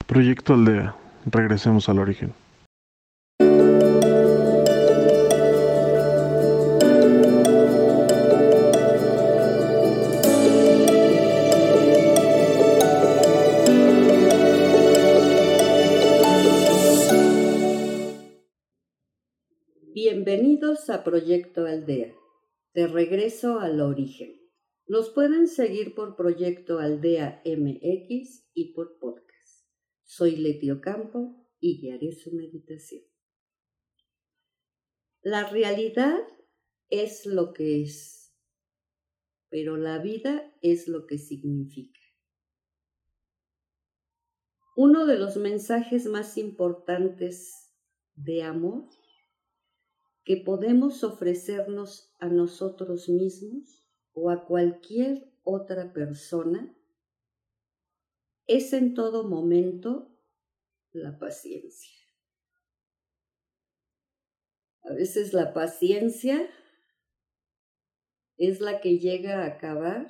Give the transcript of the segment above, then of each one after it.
Proyecto Aldea. Regresemos al origen. Bienvenidos a Proyecto Aldea. De regreso al origen. Nos pueden seguir por Proyecto Aldea MX y por podcast. Soy Leti Ocampo y guiaré su meditación. La realidad es lo que es, pero la vida es lo que significa. Uno de los mensajes más importantes de amor que podemos ofrecernos a nosotros mismos o a cualquier otra persona es en todo momento la paciencia. A veces la paciencia es la que llega a acabar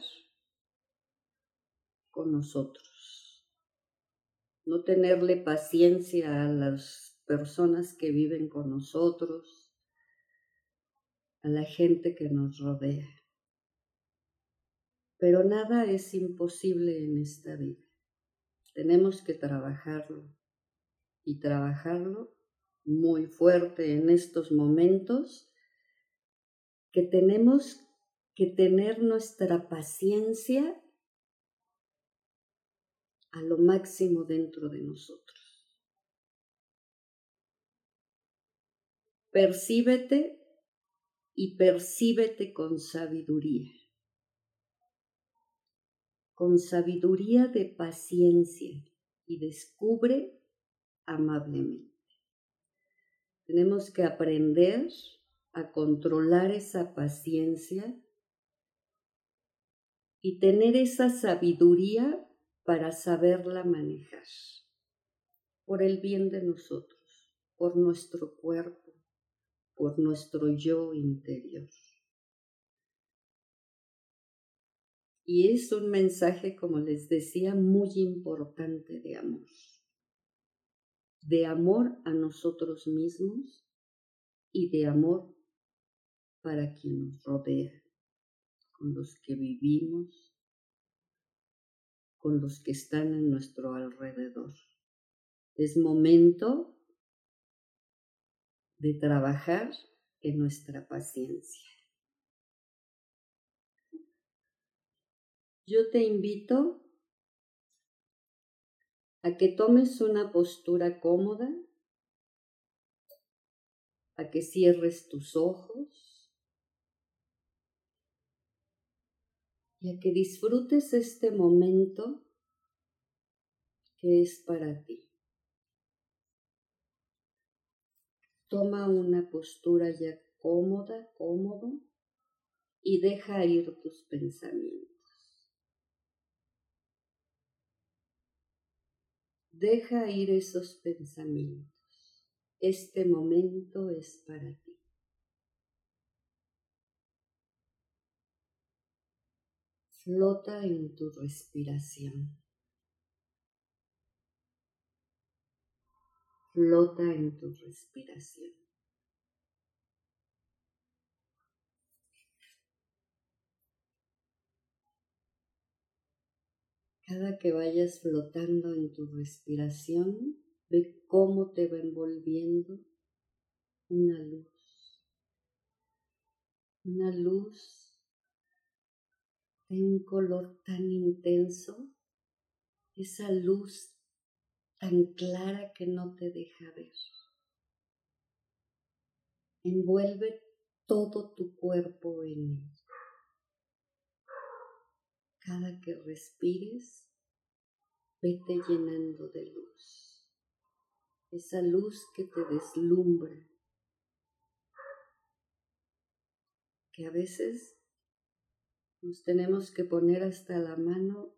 con nosotros. No tenerle paciencia a las personas que viven con nosotros, a la gente que nos rodea. Pero nada es imposible en esta vida. Tenemos que trabajarlo y trabajarlo muy fuerte en estos momentos que tenemos que tener nuestra paciencia a lo máximo dentro de nosotros. Percíbete y percíbete con sabiduría de paciencia y descubre amablemente. Tenemos que aprender a controlar esa paciencia y tener esa sabiduría para saberla manejar por el bien de nosotros, por nuestro cuerpo, por nuestro yo interior. Y es un mensaje, como les decía, muy importante de amor a nosotros mismos y de amor para quien nos rodea, con los que vivimos, con los que están en nuestro alrededor. Es momento de trabajar en nuestra paciencia. Yo te invito a que tomes una postura cómoda, a que cierres tus ojos y a que disfrutes este momento que es para ti. Toma una postura ya cómoda, cómodo, y deja ir tus pensamientos. Deja ir esos pensamientos. Este momento es para ti. Flota en tu respiración. Flota en tu respiración. Cada que vayas flotando en tu respiración, ve cómo te va envolviendo una luz. Una luz de un color tan intenso, esa luz tan clara que no te deja ver. Envuelve todo tu cuerpo en él. Cada que respires, vete llenando de luz. Esa luz que te deslumbra, que a veces nos tenemos que poner hasta la mano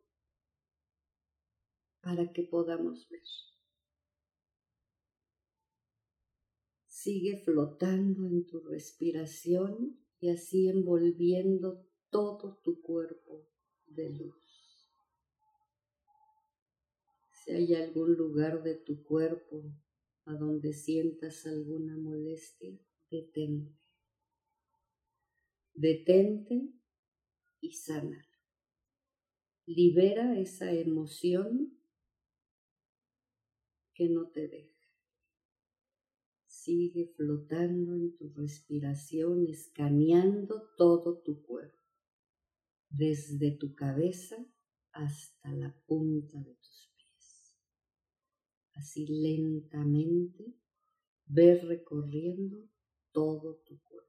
para que podamos ver. Sigue flotando en tu respiración y así envolviendo todo tu cuerpo de luz. Si hay algún lugar de tu cuerpo a donde sientas alguna molestia, detente. Detente y sana. Libera esa emoción que no te deja. Sigue flotando en tu respiración, escaneando todo tu cuerpo, desde tu cabeza hasta la punta de tus pies. Así lentamente ve recorriendo todo tu cuerpo.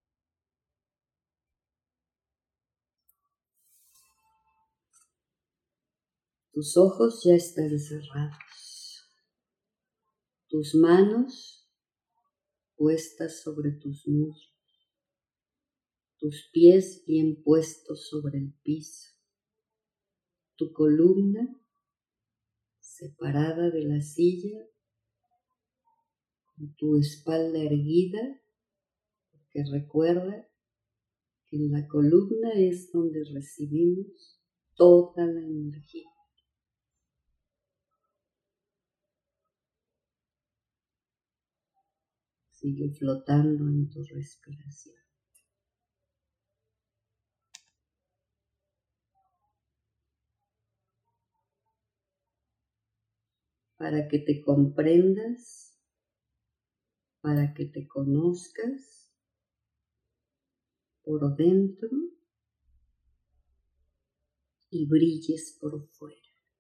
Tus ojos ya están cerrados. Tus manos puestas sobre tus muslos. Tus pies bien puestos sobre el piso. Tu columna separada de la silla, con tu espalda erguida, porque recuerda que en la columna es donde recibimos toda la energía. Sigue flotando en tu respiración. Para que te comprendas, para que te conozcas por dentro y brilles por fuera.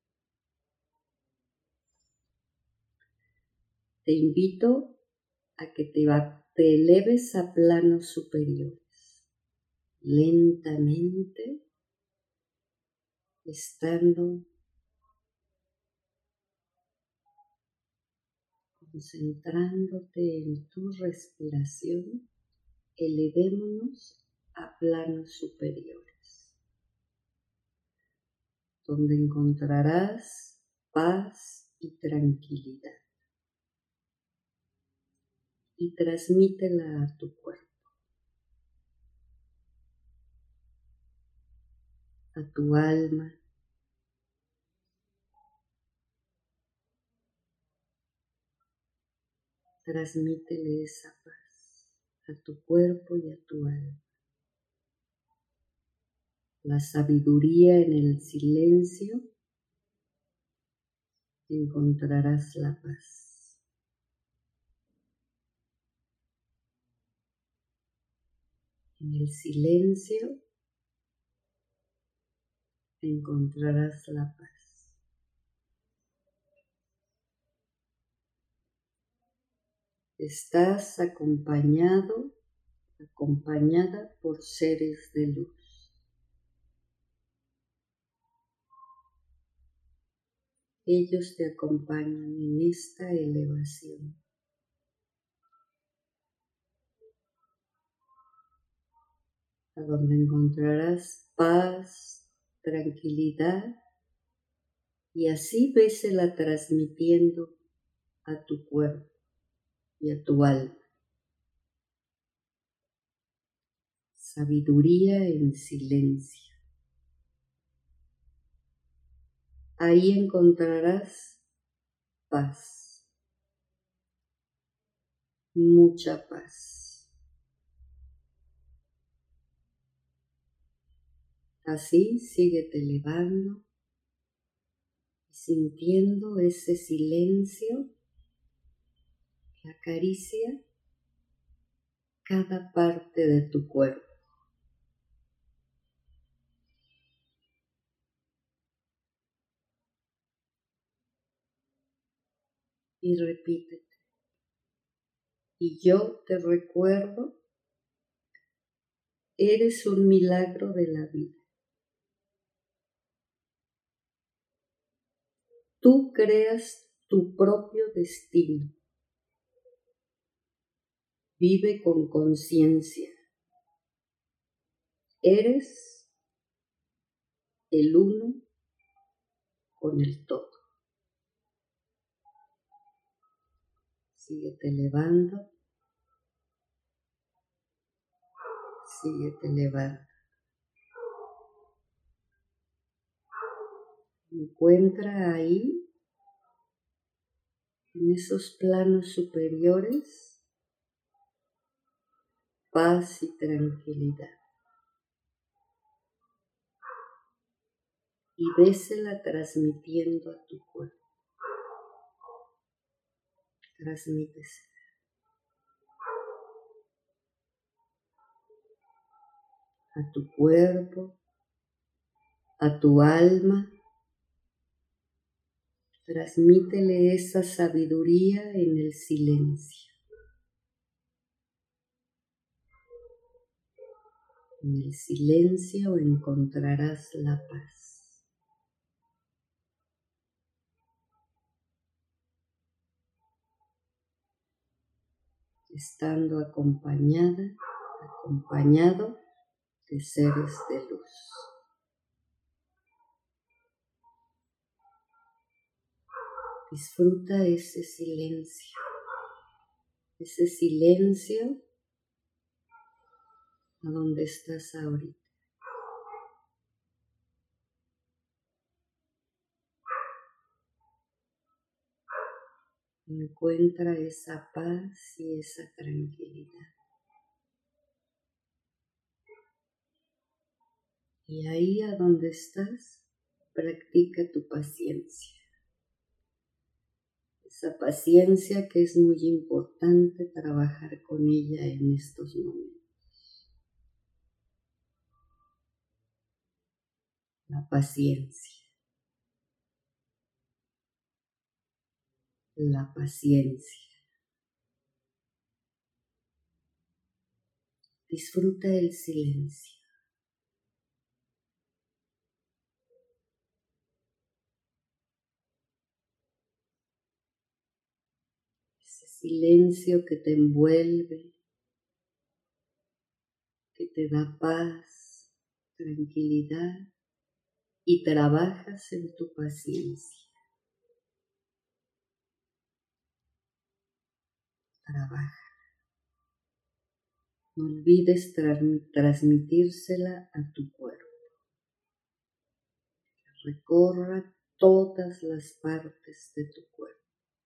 Te invito a que te eleves a planos superiores, lentamente, estando concentrándote en tu respiración. Elevémonos a planos superiores, donde encontrarás paz y tranquilidad. Y transmítela a tu cuerpo, a tu alma, transmítele esa paz a tu cuerpo y a tu alma. La sabiduría en el silencio, encontrarás la paz. En el silencio encontrarás la paz. Estás acompañada por seres de luz. Ellos te acompañan en esta elevación. A donde encontrarás paz, tranquilidad, y así vésela transmitiendo a tu cuerpo y a tu alma. Sabiduría en silencio. Ahí encontrarás paz, mucha paz. Así síguete elevando y sintiendo ese silencio que acaricia cada parte de tu cuerpo. Y repítete. Y yo te recuerdo, eres un milagro de la vida. Tú creas tu propio destino. Vive con conciencia. Eres el uno con el todo. Síguete elevando. Síguete elevando. Encuentra ahí En esos planos superiores, paz y tranquilidad. Y vésela transmitiendo a tu cuerpo. Transmítesela. A tu cuerpo, a tu alma. Transmítele esa sabiduría en el silencio. En el silencio encontrarás la paz. Estando acompañado de seres de luz. Disfruta ese silencio a donde estás ahorita. Encuentra esa paz y esa tranquilidad. Y ahí a donde estás, practica tu paciencia. Esa paciencia que es muy importante trabajar con ella en estos momentos. La paciencia. La paciencia. Disfruta el silencio. Ese silencio que te envuelve, que te da paz, tranquilidad y trabajas en tu paciencia. Trabaja. No olvides transmitírsela a tu cuerpo. Recorra todas las partes de tu cuerpo.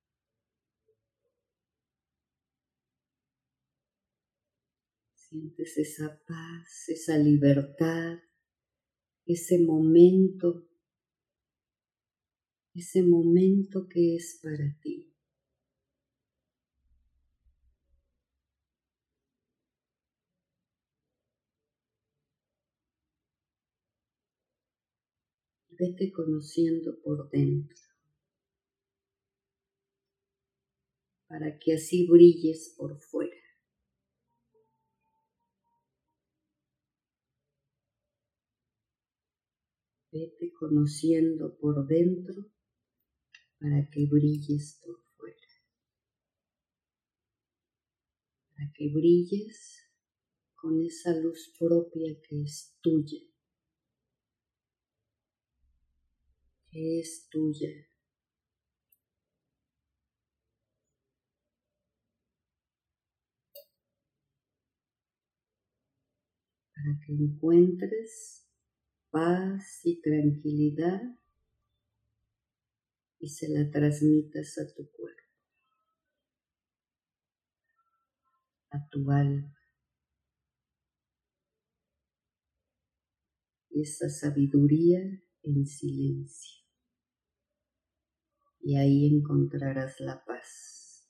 Sientes esa paz, esa libertad, ese momento que es para ti. Vete conociendo por dentro, para que así brilles por fuera. Vete conociendo por dentro, para que brilles por fuera. Para que brilles con esa luz propia que es tuya. Que es tuya. Para que encuentres paz y tranquilidad y se la transmitas a tu cuerpo, a tu alma. Esa sabiduría en silencio. Y ahí encontrarás la paz.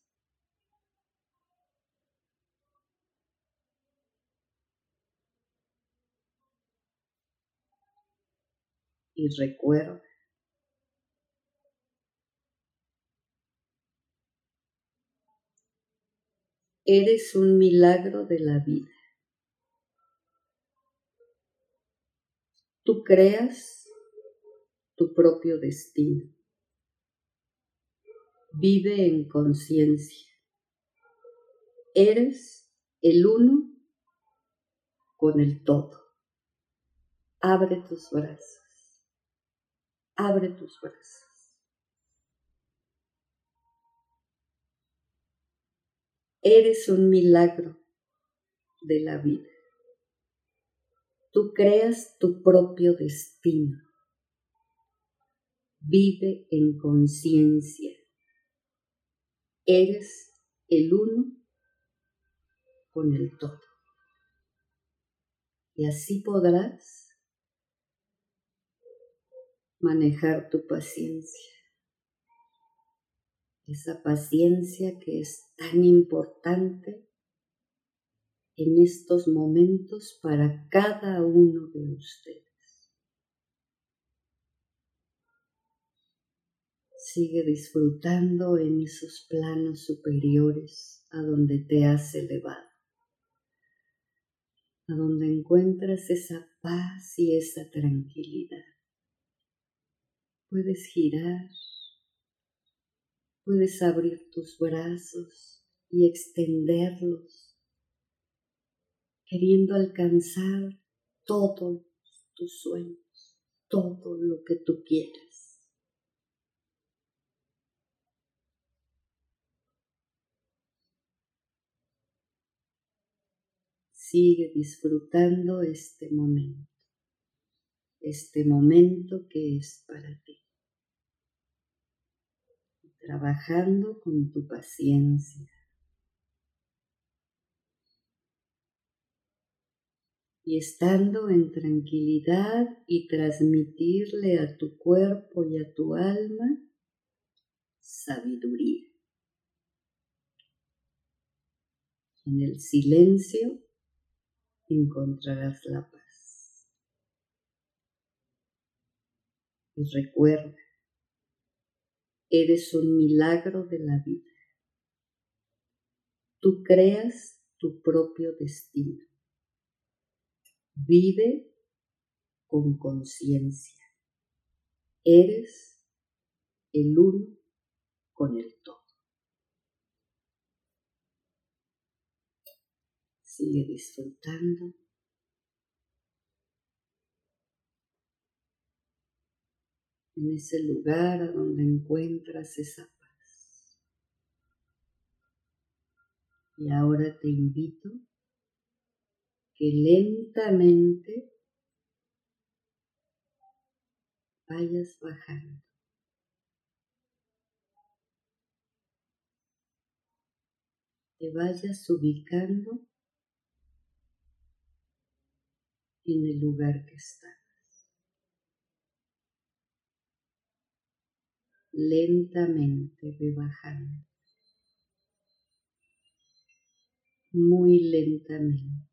Y recuerda, eres un milagro de la vida. Tú creas tu propio destino. Vive en conciencia. Eres el uno con el todo. Abre tus brazos. Abre tus brazos. Eres un milagro de la vida. Tú creas tu propio destino. Vive en conciencia. Eres el uno con el todo. Y así podrás manejar tu paciencia. Esa paciencia que es tan importante en estos momentos para cada uno de ustedes. Sigue disfrutando en esos planos superiores a donde te has elevado, a donde encuentras esa paz y esa tranquilidad. Puedes girar, puedes abrir tus brazos y extenderlos, queriendo alcanzar todos tus sueños, todo lo que tú quieras. Sigue disfrutando este momento que es para ti, trabajando con tu paciencia y estando en tranquilidad y transmitirle a tu cuerpo y a tu alma sabiduría. En el silencio encontrarás la paz. Y recuerda, eres un milagro de la vida. Tú creas tu propio destino. Vive con conciencia. Eres el uno con el todo. Sigue disfrutando. En ese lugar a donde encuentras esa paz. Y ahora te invito que lentamente vayas bajando. Te vayas ubicando en el lugar que estás. Lentamente ve bajando. Muy lentamente.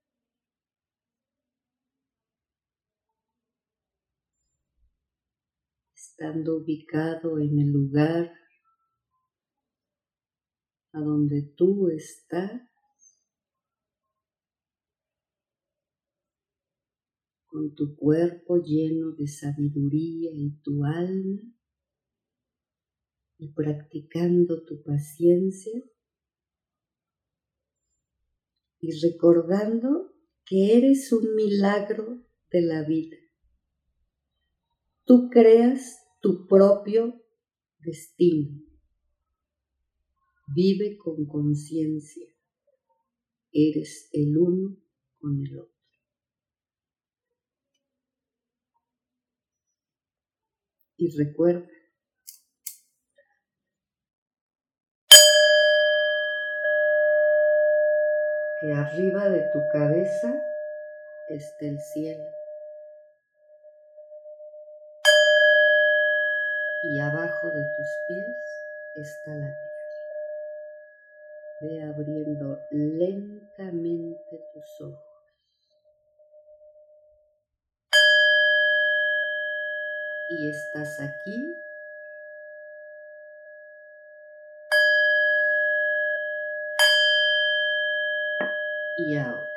Estando ubicado en el lugar a donde tú estás, con tu cuerpo lleno de sabiduría y tu alma, y practicando tu paciencia, y recordando que eres un milagro de la vida. Tú creas tu propio destino. Vive con conciencia. Eres el uno con el otro. Y recuerda que arriba de tu cabeza está el cielo y abajo de tus pies está la tierra. Ve abriendo lentamente tus ojos. Y estás aquí y ahora.